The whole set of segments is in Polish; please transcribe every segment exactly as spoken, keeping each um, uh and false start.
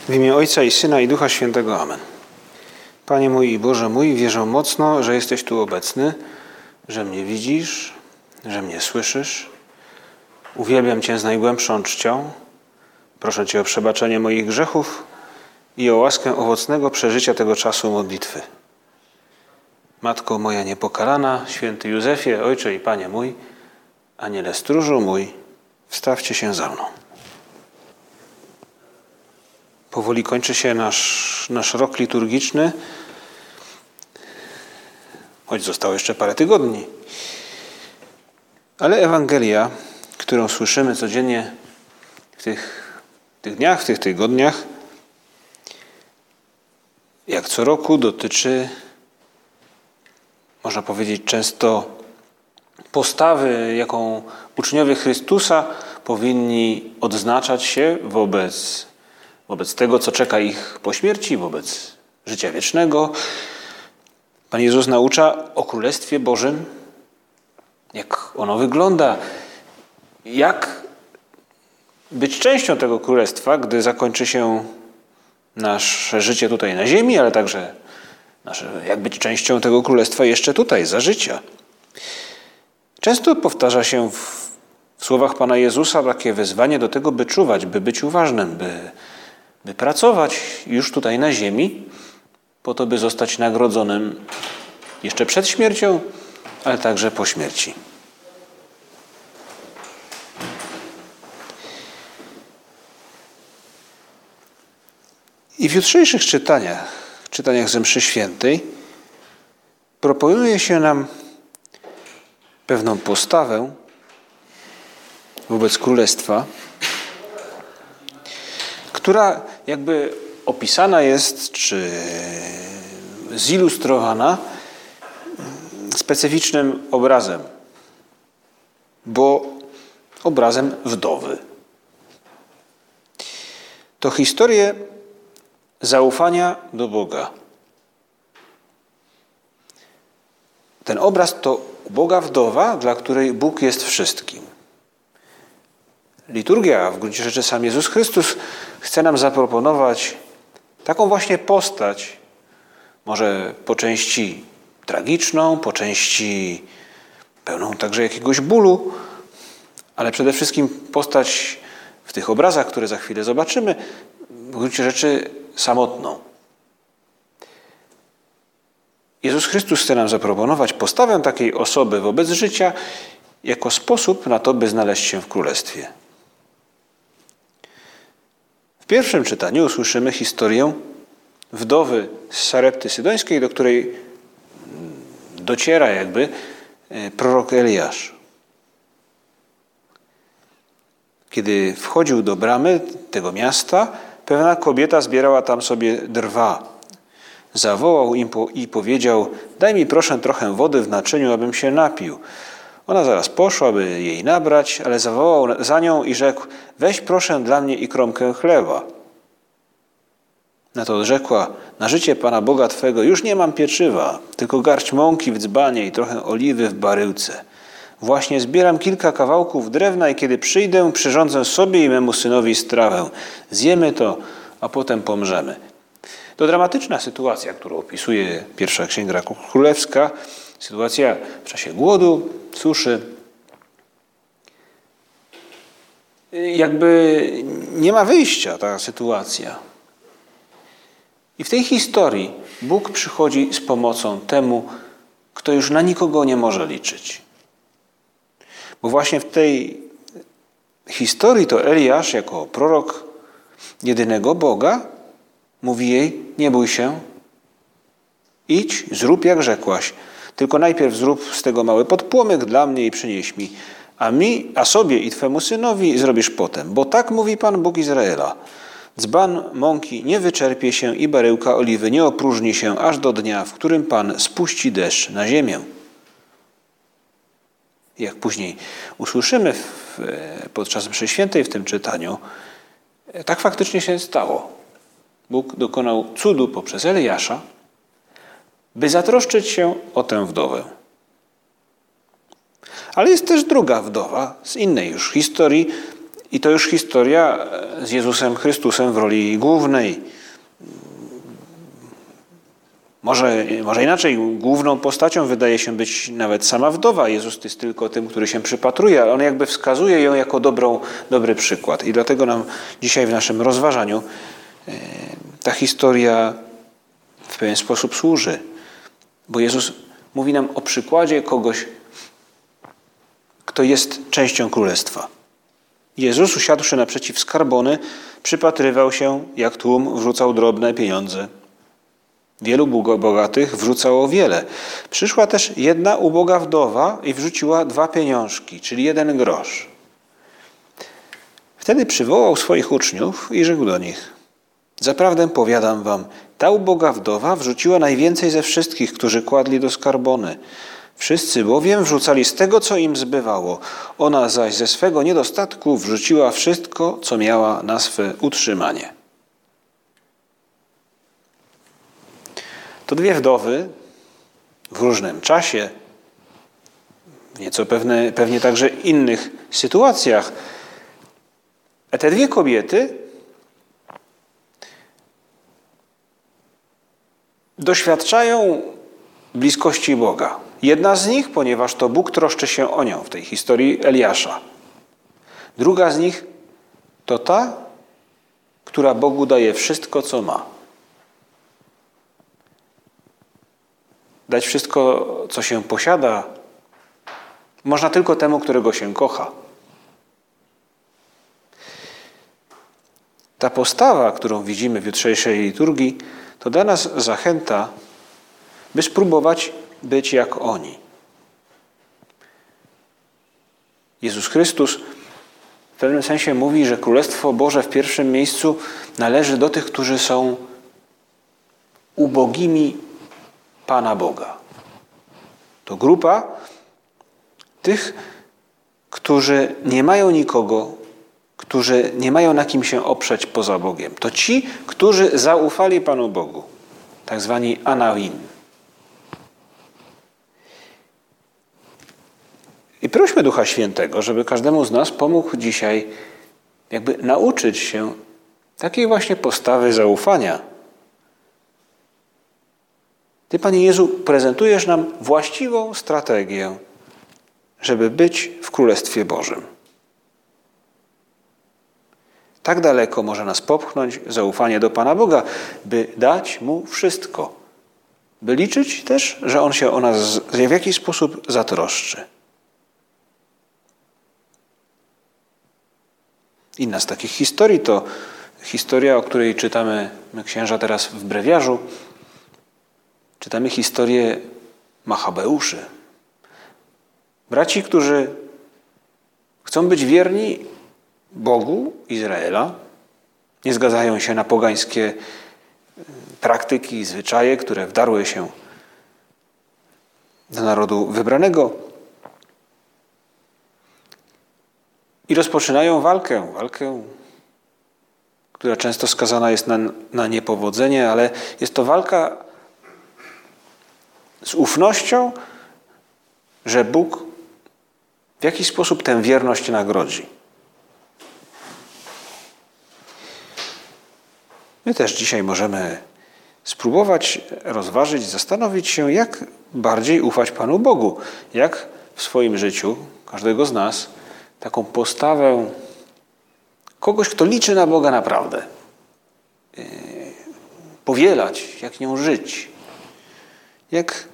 W imię Ojca i Syna i Ducha Świętego. Amen. Panie mój i Boże mój, wierzę mocno, że jesteś tu obecny, że mnie widzisz, że mnie słyszysz. Uwielbiam Cię z najgłębszą czcią. Proszę Cię o przebaczenie moich grzechów i o łaskę owocnego przeżycia tego czasu modlitwy. Matko moja niepokalana, święty Józefie, Ojcze i Panie mój, Aniele stróżu mój, wstawcie się za mną. Powoli kończy się nasz, nasz rok liturgiczny, choć zostało jeszcze parę tygodni. Ale Ewangelia, którą słyszymy codziennie w tych, w tych dniach, w tych tygodniach, jak co roku dotyczy, można powiedzieć, często postawy, jaką uczniowie Chrystusa powinni odznaczać się wobec Wobec tego, co czeka ich po śmierci, wobec życia wiecznego. Pan Jezus naucza o Królestwie Bożym, jak ono wygląda, jak być częścią tego Królestwa, gdy zakończy się nasze życie tutaj na ziemi, ale także nasze, jak być częścią tego Królestwa jeszcze tutaj, za życia. Często powtarza się w, w słowach Pana Jezusa takie wezwanie do tego, by czuwać, by być uważnym, by by pracować już tutaj na ziemi, po to, by zostać nagrodzonym jeszcze przed śmiercią, ale także po śmierci. I w jutrzejszych czytaniach, czytaniach ze mszy świętej, proponuje się nam pewną postawę wobec Królestwa, która jakby opisana jest, czy zilustrowana specyficznym obrazem, bo obrazem wdowy. To historię zaufania do Boga. Ten obraz to uboga wdowa, dla której Bóg jest wszystkim. Liturgia, w gruncie rzeczy sam Jezus Chrystus, chce nam zaproponować taką właśnie postać, może po części tragiczną, po części pełną także jakiegoś bólu, ale przede wszystkim postać w tych obrazach, które za chwilę zobaczymy, w gruncie rzeczy samotną. Jezus Chrystus chce nam zaproponować postawę takiej osoby wobec życia jako sposób na to, by znaleźć się w Królestwie. W pierwszym czytaniu usłyszymy historię wdowy z Sarepty Sydońskiej, do której dociera jakby prorok Eliasz. Kiedy wchodził do bramy tego miasta, pewna kobieta zbierała tam sobie drwa. Zawołał im i powiedział: daj mi proszę trochę wody w naczyniu, abym się napił. Ona zaraz poszła, by jej nabrać, ale zawołał za nią i rzekł: weź proszę dla mnie i kromkę chleba. Na to odrzekła: na życie Pana Boga Twego już nie mam pieczywa, tylko garść mąki w dzbanie i trochę oliwy w baryłce. Właśnie zbieram kilka kawałków drewna i kiedy przyjdę, przyrządzę sobie i memu synowi strawę. Zjemy to, a potem pomrzemy. To dramatyczna sytuacja, którą opisuje pierwsza Księga Królewska. Sytuacja w czasie głodu, suszy. Jakby nie ma wyjścia ta sytuacja. I w tej historii Bóg przychodzi z pomocą temu, kto już na nikogo nie może liczyć. Bo właśnie w tej historii to Eliasz jako prorok jedynego Boga mówi jej: nie bój się, idź, zrób jak rzekłaś. Tylko najpierw zrób z tego mały podpłomyk dla mnie i przynieś mi, a mi, a sobie i Twemu synowi zrobisz potem. Bo tak mówi Pan Bóg Izraela. Dzban mąki nie wyczerpie się i baryłka oliwy nie opróżni się aż do dnia, w którym Pan spuści deszcz na ziemię. Jak później usłyszymy w, podczas mszy świętej w tym czytaniu, tak faktycznie się stało. Bóg dokonał cudu poprzez Eliasza, by zatroszczyć się o tę wdowę. Ale jest też druga wdowa z innej już historii, I to już historia z Jezusem Chrystusem w roli głównej. Może, może inaczej, główną postacią wydaje się być nawet sama wdowa. Jezus jest tylko tym, który się przypatruje, ale on jakby wskazuje ją jako dobrą, dobry przykład. I dlatego nam dzisiaj w naszym rozważaniu ta historia w pewien sposób służy. Bo Jezus mówi nam o przykładzie kogoś, kto jest częścią królestwa. Jezus, usiadłszy naprzeciw skarbony, przypatrywał się, jak tłum wrzucał drobne pieniądze. Wielu bogatych wrzucało wiele. Przyszła też jedna uboga wdowa i wrzuciła dwa pieniążki, czyli jeden grosz. Wtedy przywołał swoich uczniów i rzekł do nich: zaprawdę powiadam wam, ta uboga wdowa wrzuciła najwięcej ze wszystkich, którzy kładli do skarbony. Wszyscy bowiem wrzucali z tego, co im zbywało. Ona zaś ze swego niedostatku wrzuciła wszystko, co miała na swe utrzymanie. To dwie wdowy w różnym czasie, w nieco pewne, pewnie także innych sytuacjach. A te dwie kobiety doświadczają bliskości Boga. Jedna z nich, ponieważ to Bóg troszczy się o nią w tej historii Eliasza. Druga z nich to ta, która Bogu daje wszystko, co ma. Dać wszystko, co się posiada, można tylko temu, którego się kocha. Ta postawa, którą widzimy w jutrzejszej liturgii, to dla nas zachęta, by spróbować być jak oni. Jezus Chrystus w pewnym sensie mówi, że Królestwo Boże w pierwszym miejscu należy do tych, którzy są ubogimi Pana Boga. To grupa tych, którzy nie mają nikogo, którzy nie mają na kim się oprzeć poza Bogiem. To ci, którzy zaufali Panu Bogu, tak zwani Anawim. I prośmy Ducha Świętego, żeby każdemu z nas pomógł dzisiaj jakby nauczyć się takiej właśnie postawy zaufania. Ty, Panie Jezu, prezentujesz nam właściwą strategię, żeby być w Królestwie Bożym. Tak daleko może nas popchnąć zaufanie do Pana Boga, by dać Mu wszystko. By liczyć też, że On się o nas w jakiś sposób zatroszczy. Inna z takich historii to historia, o której czytamy my, księża, teraz w brewiarzu. Czytamy historię Machabeuszy. Braci, którzy chcą być wierni Bogu Izraela, nie zgadzają się na pogańskie praktyki i zwyczaje, które wdarły się do narodu wybranego i rozpoczynają walkę, walkę, która często skazana jest na, na niepowodzenie, ale jest to walka z ufnością, że Bóg w jakiś sposób tę wierność nagrodzi. My też dzisiaj możemy spróbować rozważyć, zastanowić się, jak bardziej ufać Panu Bogu. Jak w swoim życiu, każdego z nas, taką postawę kogoś, kto liczy na Boga naprawdę. Yy, powielać, jak nią żyć. Jak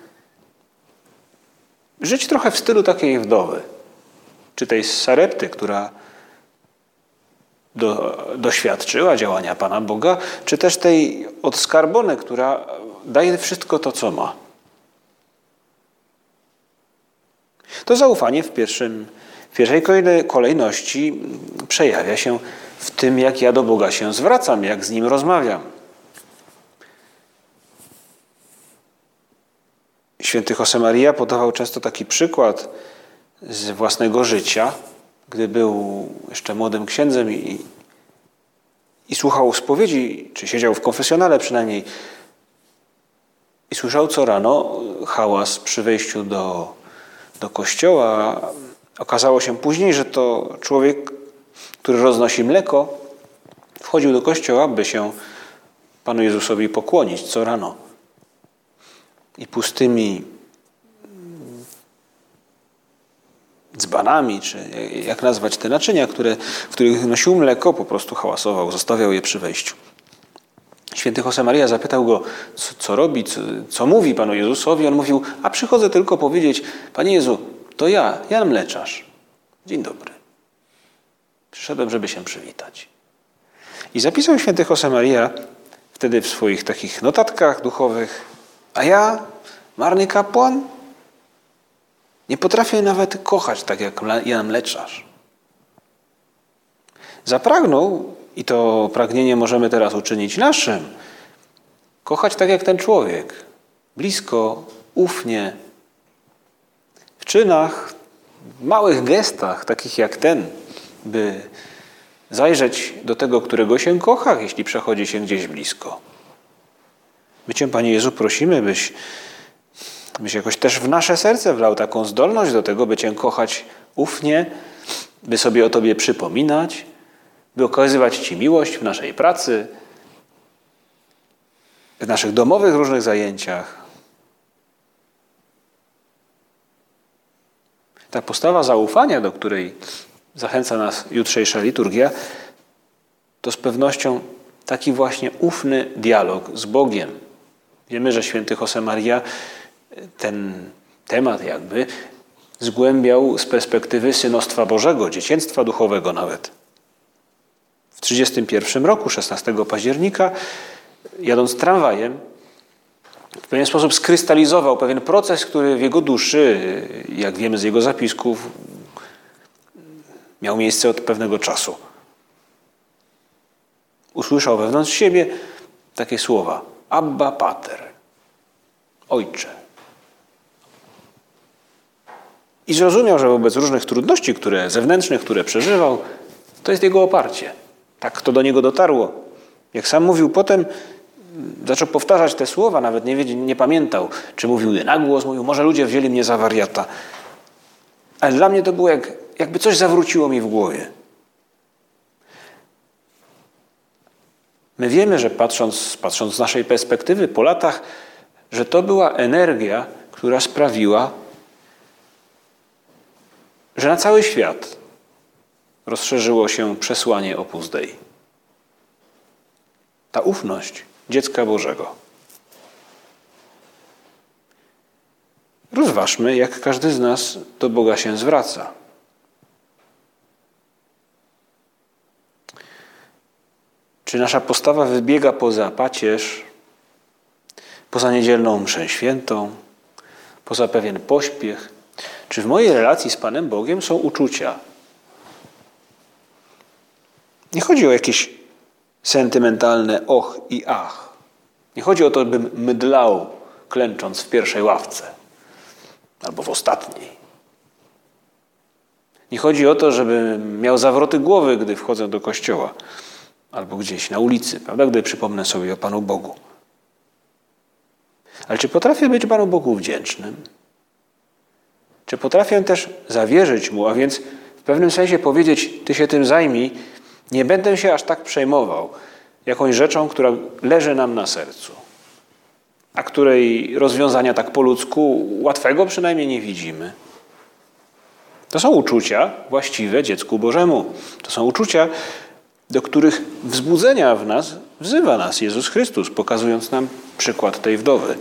żyć trochę w stylu takiej wdowy. Czy tej Sarepty, która do, doświadczyła działania Pana Boga, czy też tej od Skarbony, która daje wszystko to, co ma. To zaufanie w, pierwszym, w pierwszej kolejności przejawia się w tym, jak ja do Boga się zwracam, jak z Nim rozmawiam. Święty Josemaria podawał często taki przykład z własnego życia, gdy był jeszcze młodym księdzem i, i słuchał spowiedzi, czy siedział w konfesjonale przynajmniej, i słyszał co rano hałas przy wejściu do, do kościoła. Okazało się później, że to człowiek który roznosi mleko, wchodził do kościoła, by się Panu Jezusowi pokłonić co rano. I pustymi dzbanami, czy jak nazwać te naczynia, które, w których nosił mleko, po prostu hałasował, zostawiał je przy wejściu. Święty Josemaria zapytał go, co, co robi, co, co mówi Panu Jezusowi. On mówił, a przychodzę tylko powiedzieć, Panie Jezu, to ja, Jan Mleczarz. Dzień dobry. Przyszedłem, żeby się przywitać. I zapisał święty Josemaria wtedy w swoich takich notatkach duchowych, a ja, marny kapłan, nie potrafię nawet kochać tak jak Jan Mleczarz. Zapragnął, i to pragnienie możemy teraz uczynić naszym, kochać tak jak ten człowiek, blisko, ufnie, w czynach, w małych gestach, takich jak ten, by zajrzeć do tego, którego się kocha, jeśli przechodzi się gdzieś blisko. My Cię, Panie Jezu, prosimy, byś, byś jakoś też w nasze serce wlał taką zdolność do tego, by Cię kochać ufnie, by sobie o Tobie przypominać, by okazywać Ci miłość w naszej pracy, w naszych domowych różnych zajęciach. Ta postawa zaufania, do której zachęca nas jutrzejsza liturgia, to z pewnością taki właśnie ufny dialog z Bogiem. Wiemy, że święty Josemaria ten temat jakby zgłębiał z perspektywy synostwa Bożego, dzieciństwa duchowego nawet. W trzydziestym pierwszym roku, szesnastego października, jadąc tramwajem, w pewien sposób skrystalizował pewien proces, który w jego duszy, jak wiemy z jego zapisków, miał miejsce od pewnego czasu. Usłyszał wewnątrz siebie takie słowa: Abba Pater, Ojcze. I zrozumiał, że wobec różnych trudności, które zewnętrznych, które przeżywał, to jest jego oparcie. Tak to do niego dotarło. Jak sam mówił potem, zaczął powtarzać te słowa, nawet nie, wiedział, nie pamiętał, czy mówił je na głos, mówił, może ludzie wzięli mnie za wariata. Ale dla mnie to było jak, jakby coś zawróciło mi w głowie. My wiemy, że patrząc, patrząc z naszej perspektywy po latach, że to była energia, która sprawiła, że na cały świat rozszerzyło się przesłanie Opus Dei. Ta ufność dziecka Bożego. Rozważmy, jak każdy z nas do Boga się zwraca. Czy nasza postawa wybiega poza pacierz, poza niedzielną mszę świętą, poza pewien pośpiech? Czy w mojej relacji z Panem Bogiem są uczucia? Nie chodzi o jakieś sentymentalne och i ach. Nie chodzi o to, bym mydlał, klęcząc w pierwszej ławce albo w ostatniej. Nie chodzi o to, żebym miał zawroty głowy, gdy wchodzę do kościoła albo gdzieś na ulicy, prawda, gdy przypomnę sobie o Panu Bogu. Ale czy potrafię być Panu Bogu wdzięcznym? Czy potrafię też zawierzyć Mu, a więc w pewnym sensie powiedzieć, Ty się tym zajmij, nie będę się aż tak przejmował jakąś rzeczą, która leży nam na sercu, a której rozwiązania tak po ludzku łatwego przynajmniej nie widzimy. To są uczucia właściwe dziecku Bożemu. To są uczucia, do których wzbudzenia w nas wzywa nas Jezus Chrystus, pokazując nam przykład tej wdowy.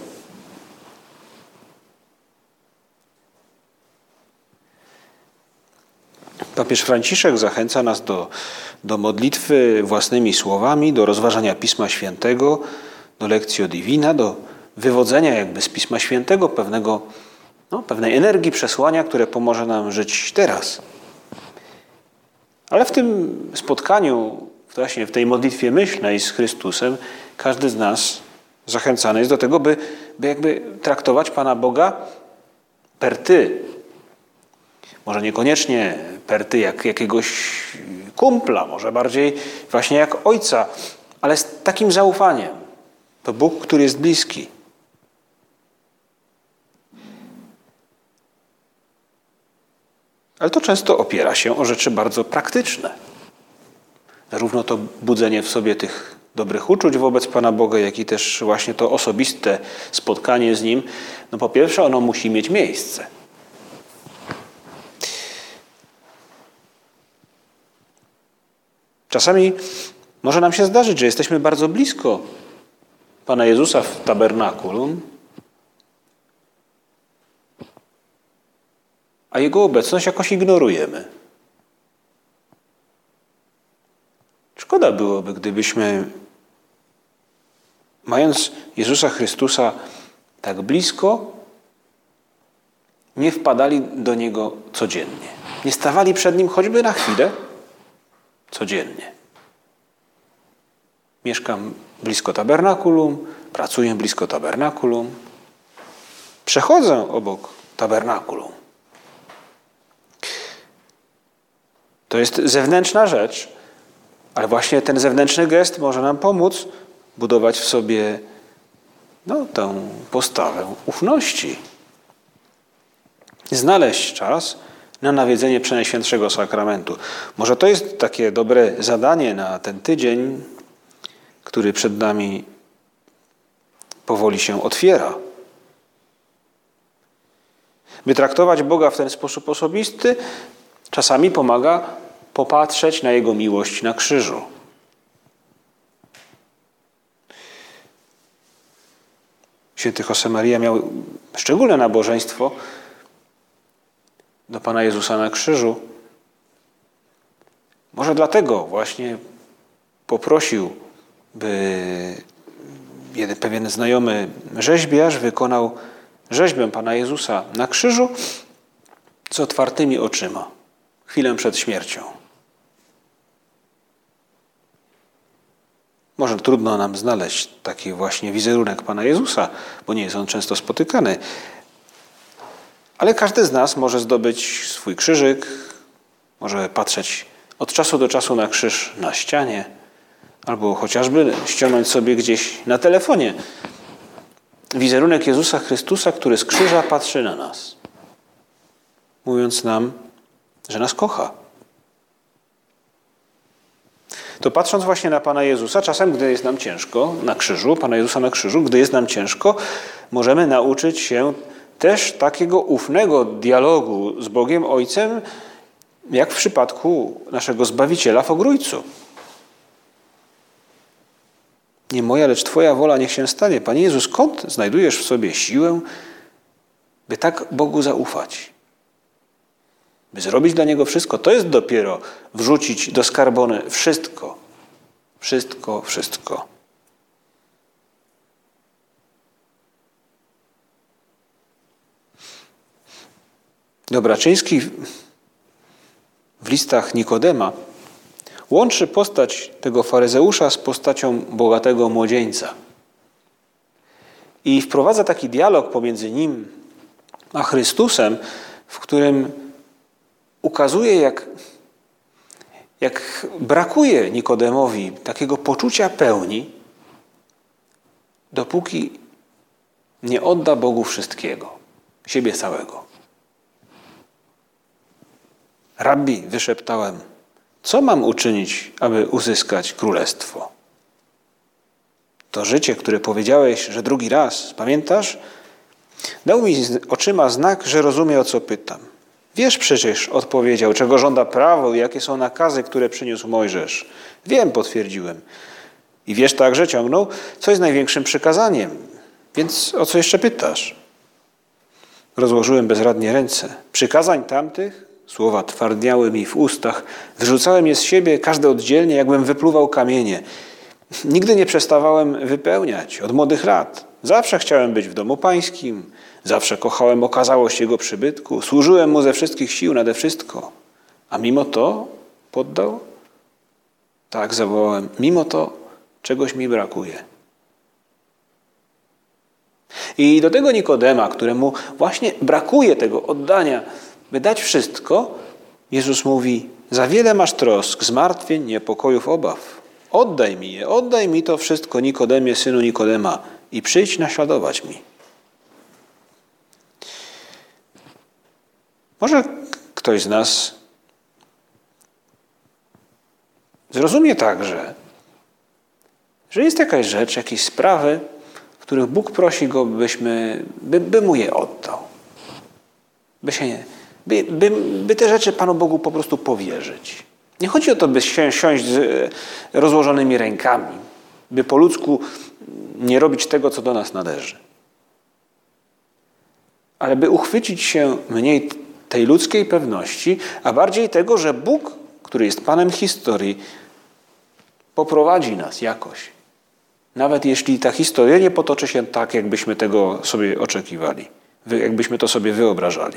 Papież Franciszek zachęca nas do, do modlitwy własnymi słowami, do rozważania Pisma Świętego, do Lectio Divina, do wywodzenia jakby z Pisma Świętego pewnego, no, pewnej energii przesłania, które pomoże nam żyć teraz. Ale w tym spotkaniu, właśnie w tej modlitwie myślnej z Chrystusem, każdy z nas zachęcany jest do tego, by, by jakby traktować Pana Boga per ty. Może niekoniecznie per ty jak jakiegoś kumpla, może bardziej właśnie jak ojca, ale z takim zaufaniem. To Bóg, który jest bliski. Ale to często opiera się o rzeczy bardzo praktyczne. Zarówno to budzenie w sobie tych dobrych uczuć wobec Pana Boga, jak i też właśnie to osobiste spotkanie z Nim, no po pierwsze ono musi mieć miejsce. Czasami może nam się zdarzyć, że jesteśmy bardzo blisko Pana Jezusa w tabernakulum, a Jego obecność jakoś ignorujemy. Szkoda byłoby, gdybyśmy, mając Jezusa Chrystusa tak blisko, nie wpadali do Niego codziennie. Nie stawali przed Nim choćby na chwilę codziennie. Mieszkam blisko tabernakulum, pracuję blisko tabernakulum, przechodzę obok tabernakulum. To jest zewnętrzna rzecz, ale właśnie ten zewnętrzny gest może nam pomóc budować w sobie no, tę postawę ufności. Znaleźć czas na nawiedzenie Przenajświętszego Sakramentu. Może to jest takie dobre zadanie na ten tydzień, który przed nami powoli się otwiera. By traktować Boga w ten sposób osobisty, czasami pomaga popatrzeć na Jego miłość na krzyżu. Święty Josemaria miał szczególne nabożeństwo do Pana Jezusa na krzyżu. Może dlatego właśnie poprosił, by jeden pewien znajomy rzeźbiarz wykonał rzeźbę Pana Jezusa na krzyżu z otwartymi oczyma, chwilę przed śmiercią. Może trudno nam znaleźć taki właśnie wizerunek Pana Jezusa, bo nie jest on często spotykany. Ale każdy z nas może zdobyć swój krzyżyk, może patrzeć od czasu do czasu na krzyż na ścianie, albo chociażby ściągnąć sobie gdzieś na telefonie wizerunek Jezusa Chrystusa, który z krzyża patrzy na nas, mówiąc nam, że nas kocha. To patrząc właśnie na Pana Jezusa, czasem, gdy jest nam ciężko, na krzyżu, Pana Jezusa na krzyżu, gdy jest nam ciężko, możemy nauczyć się też takiego ufnego dialogu z Bogiem Ojcem, jak w przypadku naszego Zbawiciela w Ogrójcu. Nie moja, lecz Twoja wola niech się stanie. Panie Jezu, skąd znajdujesz w sobie siłę, by tak Bogu zaufać? By zrobić dla Niego wszystko. To jest dopiero wrzucić do skarbony wszystko. Wszystko, wszystko. Dobraczyński w listach Nikodema łączy postać tego faryzeusza z postacią bogatego młodzieńca. I wprowadza taki dialog pomiędzy nim a Chrystusem, w którym ukazuje, jak, jak brakuje Nikodemowi takiego poczucia pełni, dopóki nie odda Bogu wszystkiego, siebie całego. Rabbi, wyszeptałem, co mam uczynić, aby uzyskać królestwo? To życie, które powiedziałeś, że drugi raz, pamiętasz? Dał mi oczyma znak, że rozumie, o co pytam. Wiesz przecież, odpowiedział, czego żąda prawo i jakie są nakazy, które przyniósł Mojżesz. Wiem, potwierdziłem. I wiesz także, ciągnął, co jest największym przykazaniem. Więc o co jeszcze pytasz? Rozłożyłem bezradnie ręce. Przykazań tamtych, słowa twardniały mi w ustach, wyrzucałem je z siebie, każde oddzielnie, jakbym wypluwał kamienie. Nigdy nie przestawałem wypełniać, od młodych lat. Zawsze chciałem być w domu pańskim, zawsze kochałem okazałość Jego przybytku, służyłem Mu ze wszystkich sił nade wszystko. A mimo to poddał? Tak, zawołałem, mimo to czegoś mi brakuje. I do tego Nikodema, któremu właśnie brakuje tego oddania, by dać wszystko, Jezus mówi, za wiele masz trosk, zmartwień, niepokojów, obaw. Oddaj mi je, oddaj mi to wszystko, Nikodemie, synu Nikodema, i przyjdź naśladować mi. Może ktoś z nas zrozumie także, że jest jakaś rzecz, jakieś sprawy, w których Bóg prosi go, byśmy, by, by mu je oddał. By, się nie, by, by, by te rzeczy Panu Bogu po prostu powierzyć. Nie chodzi o to, by się siąść z rozłożonymi rękami, by po ludzku nie robić tego, co do nas należy. Ale by uchwycić się mniej tej ludzkiej pewności, a bardziej tego, że Bóg, który jest Panem historii, poprowadzi nas jakoś. Nawet jeśli ta historia nie potoczy się tak, jakbyśmy tego sobie oczekiwali, jakbyśmy to sobie wyobrażali.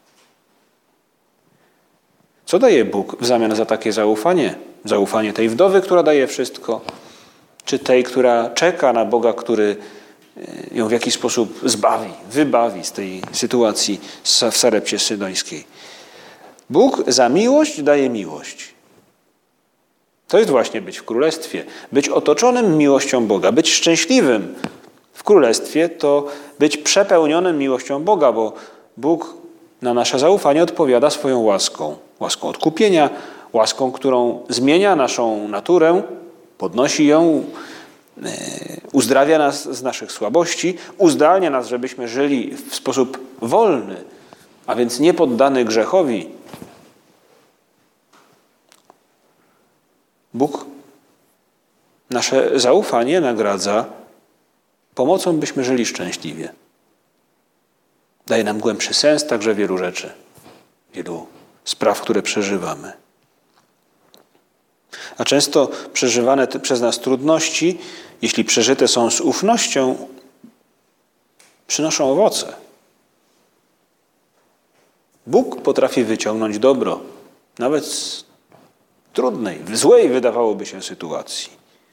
Co daje Bóg w zamian za takie zaufanie? Zaufanie tej wdowy, która daje wszystko, czy tej, która czeka na Boga, który ją w jakiś sposób zbawi, wybawi z tej sytuacji w Sarepcie Sydońskiej. Bóg za miłość daje miłość. To jest właśnie być w Królestwie. Być otoczonym miłością Boga, być szczęśliwym w Królestwie to być przepełnionym miłością Boga, bo Bóg na nasze zaufanie odpowiada swoją łaską. Łaską odkupienia, łaską, którą zmienia naszą naturę, podnosi ją, uzdrawia nas z naszych słabości, uzdalnia nas, żebyśmy żyli w sposób wolny, a więc nie poddany grzechowi. Bóg nasze zaufanie nagradza pomocą, byśmy żyli szczęśliwie. Daje nam głębszy sens także wielu rzeczy, wielu spraw, które przeżywamy. A często przeżywane przez nas trudności, jeśli przeżyte są z ufnością, przynoszą owoce. Bóg potrafi wyciągnąć dobro, nawet z trudnej, złej wydawałoby się sytuacji.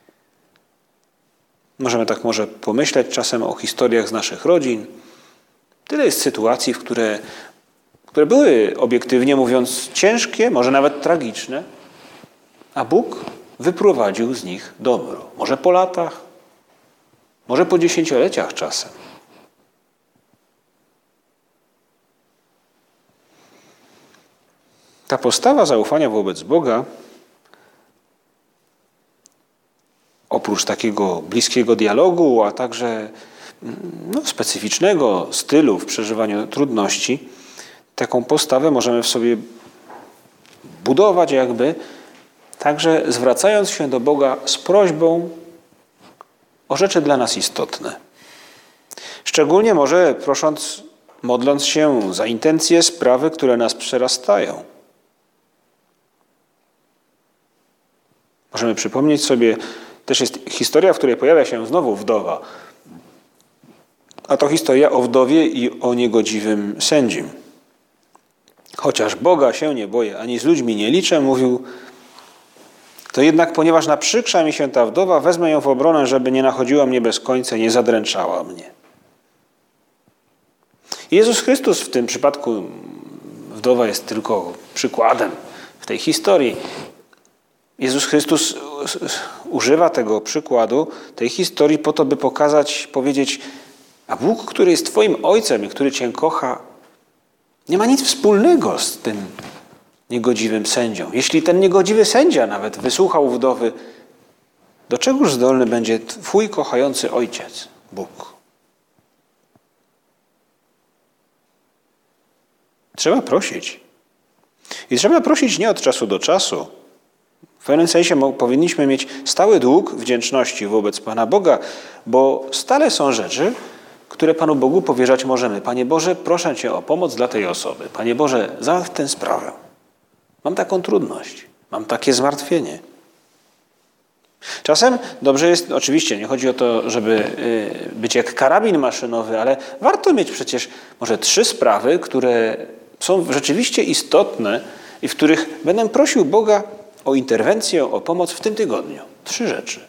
Możemy tak może pomyśleć czasem o historiach z naszych rodzin. Tyle jest sytuacji, w które, które były obiektywnie mówiąc ciężkie, może nawet tragiczne, a Bóg wyprowadził z nich dobro. Może po latach, może po dziesięcioleciach czasem. Ta postawa zaufania wobec Boga, oprócz takiego bliskiego dialogu, a także no, specyficznego stylu w przeżywaniu trudności, taką postawę możemy w sobie budować jakby, także zwracając się do Boga z prośbą o rzeczy dla nas istotne. Szczególnie może prosząc, modląc się za intencje, sprawy, które nas przerastają. Możemy przypomnieć sobie, też jest historia, w której pojawia się znowu wdowa. A to historia o wdowie i o niegodziwym sędzim. Chociaż Boga się nie boję, ani z ludźmi nie liczę, mówił, to jednak ponieważ naprzykrza mi się ta wdowa, wezmę ją w obronę, żeby nie nachodziła mnie bez końca, nie zadręczała mnie. Jezus Chrystus w tym przypadku, wdowa jest tylko przykładem w tej historii. Jezus Chrystus używa tego przykładu, tej historii po to, by pokazać, powiedzieć, a Bóg, który jest Twoim Ojcem i który Cię kocha, nie ma nic wspólnego z tym niegodziwym sędzią. Jeśli ten niegodziwy sędzia nawet wysłuchał wdowy, do czegoż zdolny będzie Twój kochający Ojciec, Bóg? Trzeba prosić. I trzeba prosić nie od czasu do czasu. W pewnym sensie powinniśmy mieć stały dług wdzięczności wobec Pana Boga, bo stale są rzeczy, które Panu Bogu powierzać możemy. Panie Boże, proszę Cię o pomoc dla tej osoby. Panie Boże, załatw tę sprawę. Mam taką trudność, mam takie zmartwienie. Czasem dobrze jest, oczywiście nie chodzi o to, żeby być jak karabin maszynowy, ale warto mieć przecież może trzy sprawy, które są rzeczywiście istotne i w których będę prosił Boga o interwencję, o pomoc w tym tygodniu. Trzy rzeczy.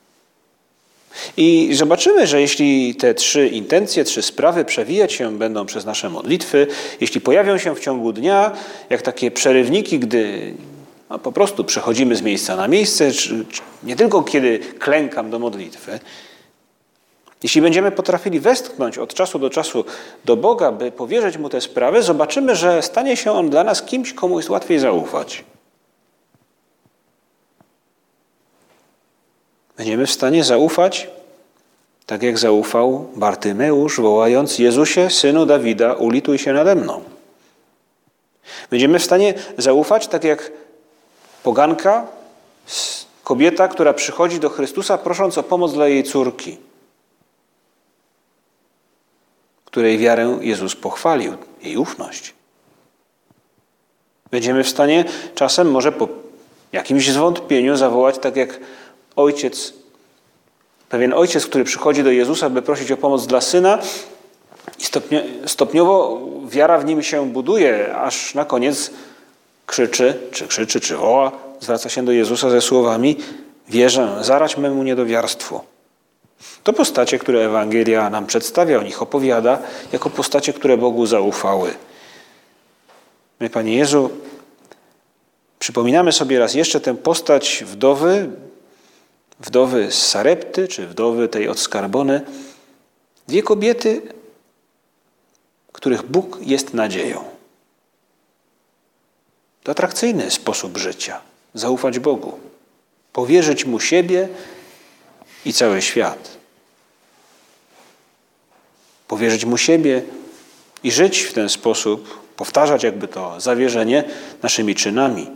I zobaczymy, że jeśli te trzy intencje, trzy sprawy przewijać się będą przez nasze modlitwy, jeśli pojawią się w ciągu dnia, jak takie przerywniki, gdy no, po prostu przechodzimy z miejsca na miejsce, czy, czy nie tylko kiedy klękam do modlitwy, jeśli będziemy potrafili westchnąć od czasu do czasu do Boga, by powierzyć Mu te sprawy, zobaczymy, że stanie się On dla nas kimś, komu jest łatwiej zaufać. Będziemy w stanie zaufać, tak jak zaufał Bartymeusz, wołając: Jezusie, Synu Dawida, ulituj się nade mną. Będziemy w stanie zaufać, tak jak poganka, kobieta, która przychodzi do Chrystusa, prosząc o pomoc dla jej córki, której wiarę Jezus pochwalił, jej ufność. Będziemy w stanie czasem może po jakimś zwątpieniu zawołać, tak jak ojciec, pewien ojciec, który przychodzi do Jezusa, by prosić o pomoc dla syna i stopniowo wiara w nim się buduje, aż na koniec krzyczy, czy krzyczy, czy woła, zwraca się do Jezusa ze słowami: wierzę, zaradź memu niedowiarstwu. To postacie, które Ewangelia nam przedstawia, o nich opowiada, jako postacie, które Bogu zaufały. My, Panie Jezu, przypominamy sobie raz jeszcze tę postać wdowy, wdowy z Sarepty, czy wdowy tej od Skarbony. Dwie kobiety, których Bóg jest nadzieją. To atrakcyjny sposób życia. Zaufać Bogu. Powierzyć Mu siebie i cały świat. Powierzyć Mu siebie i żyć w ten sposób, powtarzać jakby to zawierzenie naszymi czynami.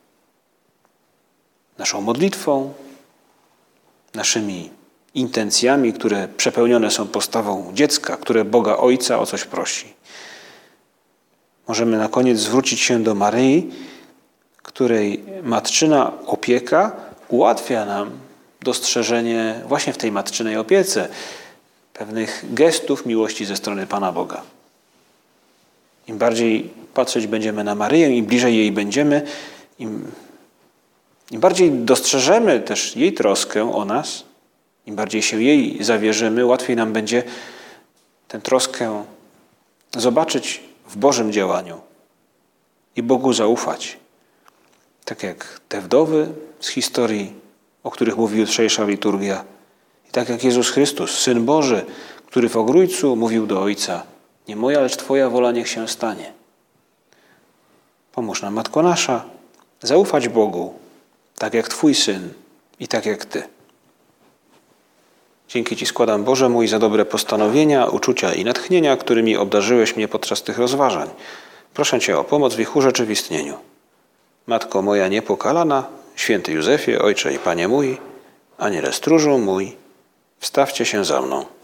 Naszą modlitwą, naszymi intencjami, które przepełnione są postawą dziecka, które Boga Ojca o coś prosi. Możemy na koniec zwrócić się do Maryi, której matczyna opieka ułatwia nam dostrzeżenie właśnie w tej matczynej opiece pewnych gestów miłości ze strony Pana Boga. Im bardziej patrzeć będziemy na Maryję, im bliżej jej będziemy, im, im bardziej dostrzeżemy też jej troskę o nas, im bardziej się jej zawierzymy, łatwiej nam będzie tę troskę zobaczyć w Bożym działaniu i Bogu zaufać. Tak jak te wdowy z historii, o których mówi jutrzejsza liturgia. I tak jak Jezus Chrystus, Syn Boży, który w Ogrójcu mówił do Ojca: nie moja, lecz Twoja wola niech się stanie. Pomóż nam, Matko nasza, zaufać Bogu, tak jak Twój Syn i tak jak Ty. Dzięki Ci składam, Boże mój, za dobre postanowienia, uczucia i natchnienia, którymi obdarzyłeś mnie podczas tych rozważań. Proszę Cię o pomoc w ich urzeczywistnieniu. Matko moja niepokalana, święty Józefie, Ojcze i Panie mój, Aniele stróżu mój, wstawcie się za mną.